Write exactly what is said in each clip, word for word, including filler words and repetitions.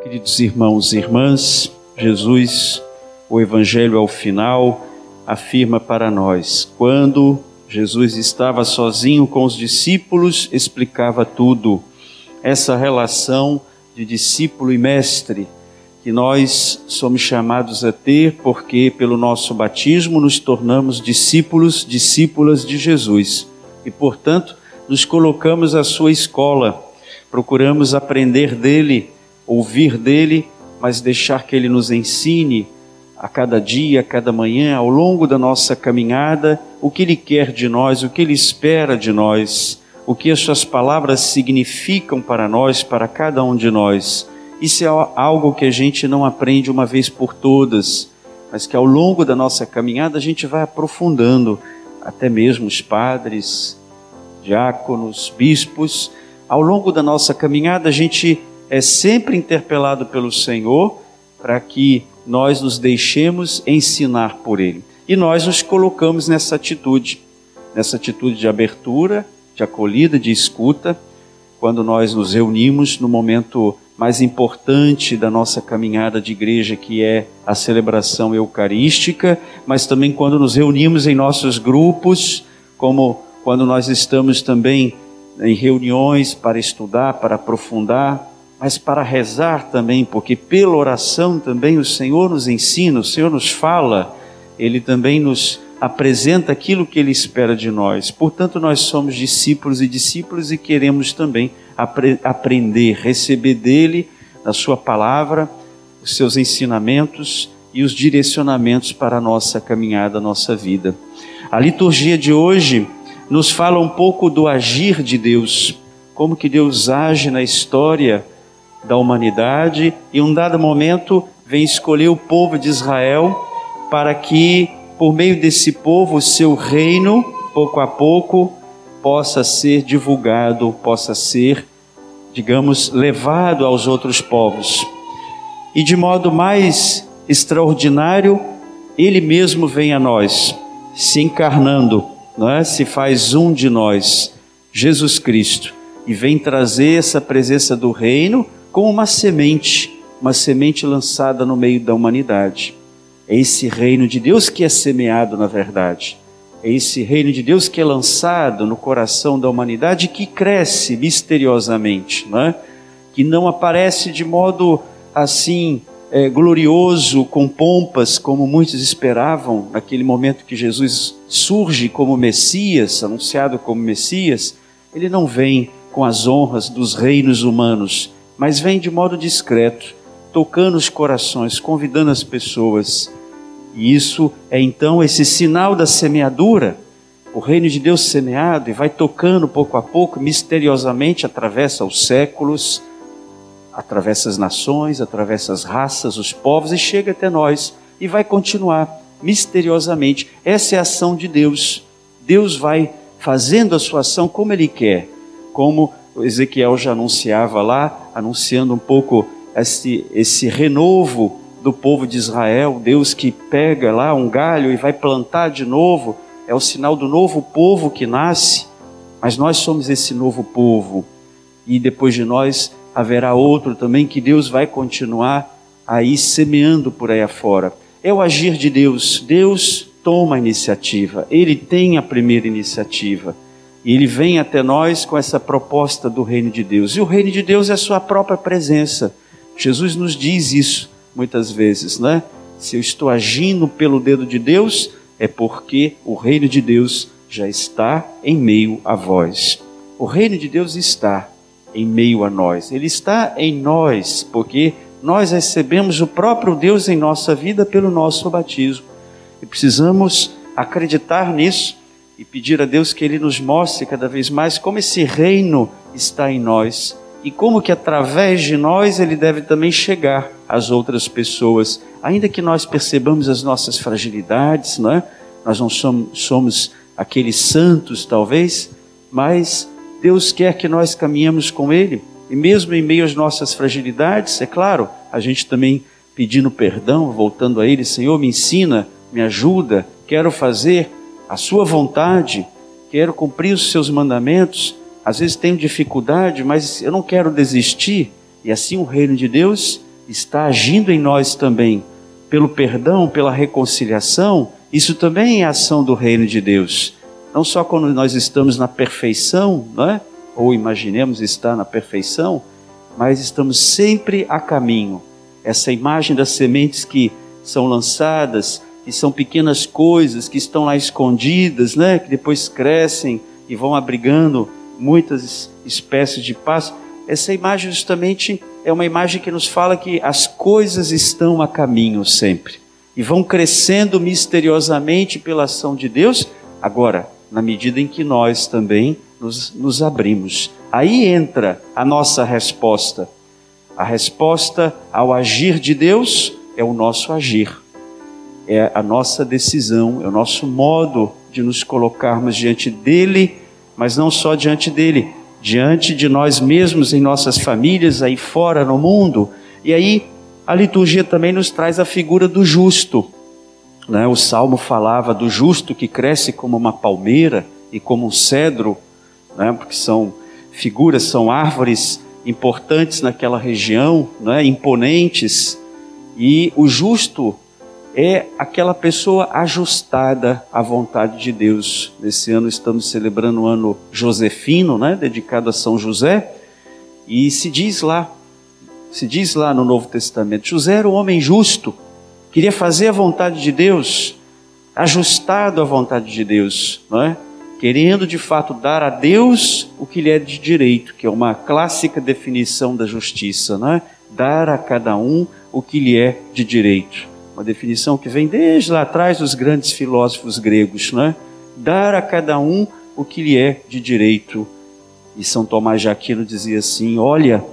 Queridos irmãos e irmãs, Jesus, o Evangelho ao final, afirma para nós: quando Jesus estava sozinho com os discípulos, explicava tudo. Essa relação de discípulo e mestre que nós somos chamados a ter, porque pelo nosso batismo nos tornamos discípulos, discípulas de Jesus. E, portanto, nos colocamos à sua escola, procuramos aprender dele, ouvir dele, mas deixar que ele nos ensine a cada dia, a cada manhã, ao longo da nossa caminhada, o que ele quer de nós, o que ele espera de nós, o que as suas palavras significam para nós, para cada um de nós. Isso é algo que a gente não aprende uma vez por todas, mas que ao longo da nossa caminhada a gente vai aprofundando, até mesmo os padres, diáconos, bispos. Ao longo da nossa caminhada a gente é sempre interpelado pelo Senhor para que nós nos deixemos ensinar por Ele. E nós nos colocamos nessa atitude, nessa atitude de abertura, de acolhida, de escuta, quando nós nos reunimos no momento mais importante da nossa caminhada de igreja, que é a celebração eucarística, mas também quando nos reunimos em nossos grupos, como quando nós estamos também em reuniões para estudar, para aprofundar, mas para rezar também, porque pela oração também o Senhor nos ensina, o Senhor nos fala, Ele também nos apresenta aquilo que Ele espera de nós. Portanto, nós somos discípulos e discípulos e queremos também apre- aprender, receber dEle, a Sua palavra, os seus ensinamentos e os direcionamentos para a nossa caminhada, a nossa vida. A liturgia de hoje nos fala um pouco do agir de Deus, como que Deus age na história da humanidade, e em um dado momento vem escolher o povo de Israel para que, por meio desse povo, o seu reino, pouco a pouco, possa ser divulgado, possa ser, digamos, levado aos outros povos. E de modo mais extraordinário, Ele mesmo vem a nós, se encarnando, não é? Se faz um de nós, Jesus Cristo, e vem trazer essa presença do reino como uma semente, uma semente lançada no meio da humanidade. É esse reino de Deus que é semeado, na verdade. É esse reino de Deus que é lançado no coração da humanidade, que cresce misteriosamente, não é? Que não aparece de modo assim é, glorioso, com pompas, como muitos esperavam, naquele momento que Jesus surge como Messias, anunciado como Messias. Ele não vem com as honras dos reinos humanos, mas vem de modo discreto, tocando os corações, convidando as pessoas. E isso é então esse sinal da semeadura, o reino de Deus semeado, e vai tocando pouco a pouco, misteriosamente, atravessa os séculos, atravessa as nações, atravessa as raças, os povos, e chega até nós, e vai continuar misteriosamente. Essa é a ação de Deus. Deus vai fazendo a sua ação como Ele quer, como Ezequiel já anunciava lá, anunciando um pouco esse, esse renovo do povo de Israel. Deus que pega lá um galho e vai plantar de novo, é o sinal do novo povo que nasce, mas nós somos esse novo povo, e depois de nós haverá outro também que Deus vai continuar aí semeando por aí afora. É o agir de Deus. Deus toma a iniciativa, Ele tem a primeira iniciativa. E Ele vem até nós com essa proposta do reino de Deus. E o reino de Deus é a sua própria presença. Jesus nos diz isso muitas vezes, né? Se eu estou agindo pelo dedo de Deus, é porque o reino de Deus já está em meio a vós. O reino de Deus está em meio a nós. Ele está em nós, porque nós recebemos o próprio Deus em nossa vida pelo nosso batismo. E precisamos acreditar nisso, e pedir a Deus que Ele nos mostre cada vez mais como esse reino está em nós e como que através de nós Ele deve também chegar às outras pessoas, ainda que nós percebamos as nossas fragilidades, não é? Nós não somos, somos aqueles santos talvez, mas Deus quer que nós caminhemos com Ele, e mesmo em meio às nossas fragilidades, é claro, a gente também pedindo perdão, voltando a Ele: Senhor, me ensina, me ajuda, quero fazer a sua vontade, quero cumprir os seus mandamentos. Às vezes tenho dificuldade, mas eu não quero desistir. E assim o reino de Deus está agindo em nós também, pelo perdão, pela reconciliação, isso também é ação do reino de Deus. Não só quando nós estamos na perfeição, não é? Ou imaginemos estar na perfeição, mas estamos sempre a caminho. Essa imagem das sementes que são lançadas, que são pequenas coisas, que estão lá escondidas, né? Que depois crescem e vão abrigando muitas espécies de pássaros. Essa imagem justamente é uma imagem que nos fala que as coisas estão a caminho sempre. E vão crescendo misteriosamente pela ação de Deus, agora, na medida em que nós também nos, nos abrimos. Aí entra a nossa resposta. A resposta ao agir de Deus é o nosso agir. É a nossa decisão, é o nosso modo de nos colocarmos diante dEle, mas não só diante dEle, diante de nós mesmos, em nossas famílias, aí fora no mundo. E aí a liturgia também nos traz a figura do justo, né? O Salmo falava do justo que cresce como uma palmeira e como um cedro, né? Porque são figuras, são árvores importantes naquela região, né? Imponentes. E o justo é aquela pessoa ajustada à vontade de Deus. Nesse ano estamos celebrando o ano josefino, né? Dedicado a São José, e se diz lá, se diz lá no Novo Testamento, José era um homem justo, queria fazer a vontade de Deus, ajustado à vontade de Deus, não é? Querendo de fato dar a Deus o que lhe é de direito, que é uma clássica definição da justiça, não é? Dar a cada um o que lhe é de direito. Uma definição que vem desde lá atrás dos grandes filósofos gregos, não é? Dar a cada um o que lhe é de direito. E São Tomás de Aquino dizia assim, olha,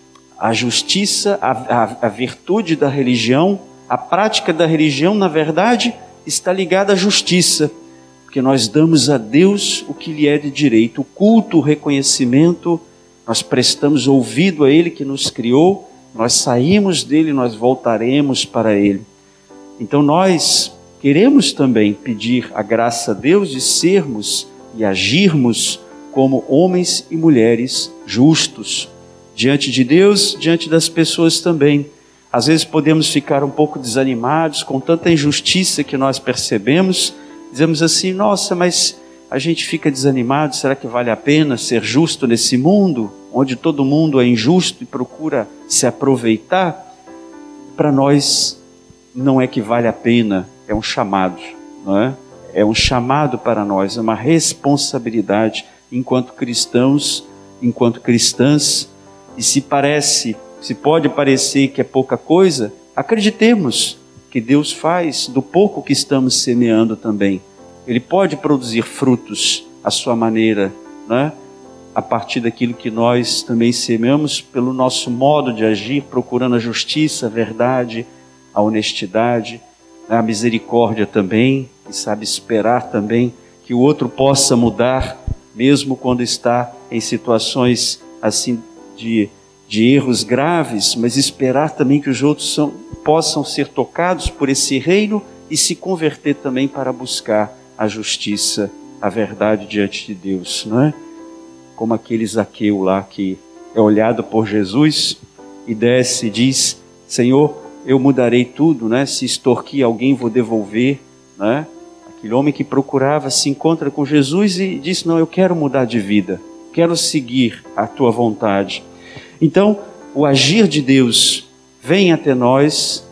a justiça, a, a, a virtude da religião, a prática da religião, na verdade, está ligada à justiça, porque nós damos a Deus o que lhe é de direito, o culto, o reconhecimento, nós prestamos ouvido a Ele que nos criou, nós saímos dele, nós voltaremos para Ele. Então nós queremos também pedir a graça a Deus de sermos e agirmos como homens e mulheres justos, diante de Deus, diante das pessoas também. Às vezes podemos ficar um pouco desanimados com tanta injustiça que nós percebemos, dizemos assim, nossa, mas a gente fica desanimado, será que vale a pena ser justo nesse mundo, onde todo mundo é injusto e procura se aproveitar? Para nós não é que vale a pena, é um chamado, não é? É um chamado para nós, é uma responsabilidade enquanto cristãos, enquanto cristãs. E se parece, se pode parecer que é pouca coisa, acreditemos que Deus faz do pouco que estamos semeando também. Ele pode produzir frutos à sua maneira, né? A partir daquilo que nós também semeamos pelo nosso modo de agir, procurando a justiça, a verdade, a honestidade, a misericórdia também, e sabe esperar também que o outro possa mudar, mesmo quando está em situações assim de, de erros graves, mas esperar também que os outros são, possam ser tocados por esse reino e se converter também para buscar a justiça, a verdade diante de Deus, não é? Como aquele Zaqueu lá que é olhado por Jesus e desce e diz, Senhor, eu mudarei tudo, né? Se extorquir alguém, vou devolver, né? Aquele homem que procurava se encontra com Jesus e diz, não, eu quero mudar de vida, quero seguir a tua vontade. Então, o agir de Deus vem até nós,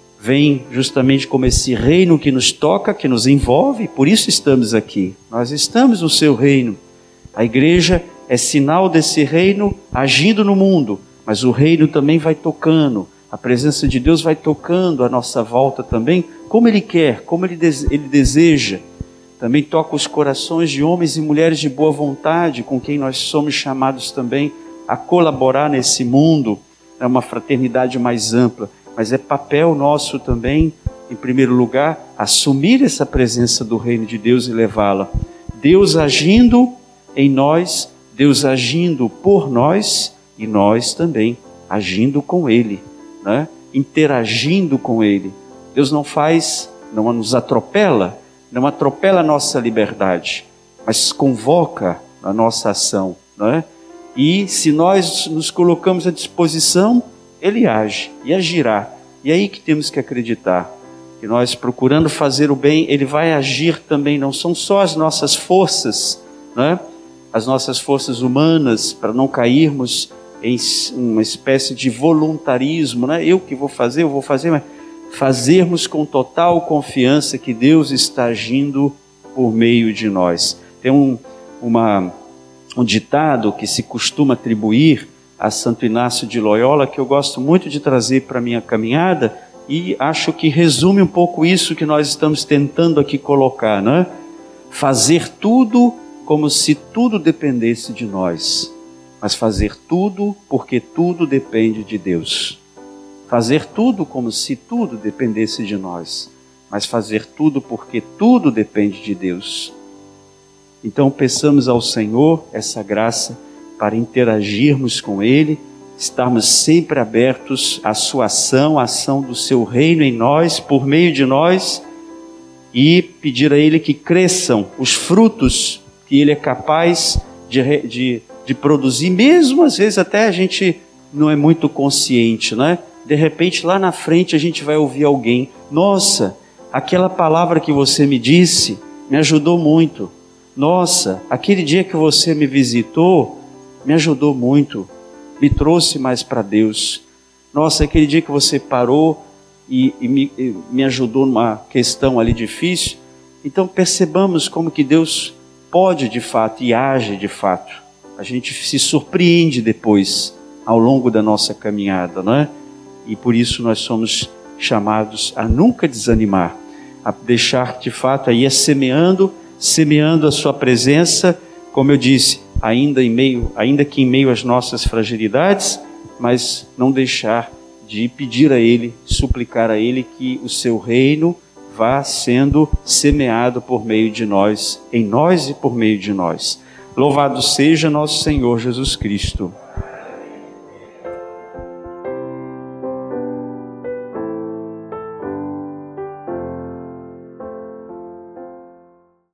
vem justamente como esse reino que nos toca, que nos envolve, por isso estamos aqui. Nós estamos no seu reino. A igreja é sinal desse reino agindo no mundo, mas o reino também vai tocando, a presença de Deus vai tocando a nossa volta também, como Ele quer, como Ele, dese- Ele deseja. Também toca os corações de homens e mulheres de boa vontade, com quem nós somos chamados também a colaborar nesse mundo. É uma fraternidade mais ampla, mas é papel nosso também, em primeiro lugar, assumir essa presença do reino de Deus e levá-la. Deus agindo em nós, Deus agindo por nós e nós também agindo com Ele, né? Interagindo com Ele. Deus não faz, não nos atropela, não atropela a nossa liberdade, mas convoca a nossa ação, não é? E se nós nos colocamos à disposição, Ele age e agirá. E é aí que temos que acreditar, que nós, procurando fazer o bem, Ele vai agir também. Não são só as nossas forças, né? As nossas forças humanas, para não cairmos em uma espécie de voluntarismo, né? Eu que vou fazer, eu vou fazer, mas fazermos com total confiança que Deus está agindo por meio de nós. Tem um, uma, um ditado que se costuma atribuir a Santo Inácio de Loyola, que eu gosto muito de trazer para a minha caminhada, e acho que resume um pouco isso que nós estamos tentando aqui colocar, né? Fazer tudo como se tudo dependesse de nós, mas fazer tudo porque tudo depende de Deus. Fazer tudo como se tudo dependesse de nós, mas fazer tudo porque tudo depende de Deus. Então peçamos ao Senhor essa graça para interagirmos com Ele, estarmos sempre abertos à sua ação, à ação do seu reino em nós, por meio de nós, e pedir a Ele que cresçam os frutos que Ele é capaz de, de, de produzir, mesmo às vezes até a gente não é muito consciente, né? De repente lá na frente a gente vai ouvir alguém: nossa, aquela palavra que você me disse me ajudou muito. Nossa, aquele dia que você me visitou me ajudou muito, me trouxe mais para Deus. Nossa, aquele dia que você parou e, e, me, e me ajudou numa questão ali difícil. Então percebamos como que Deus pode de fato e age de fato. A gente se surpreende depois, ao longo da nossa caminhada, não é? E por isso nós somos chamados a nunca desanimar, a deixar de fato aí, semeando, semeando a sua presença, como eu disse, ainda em meio, ainda que em meio às nossas fragilidades, mas não deixar de pedir a Ele, suplicar a Ele que o seu reino vá sendo semeado por meio de nós, em nós e por meio de nós. Louvado seja nosso Senhor Jesus Cristo.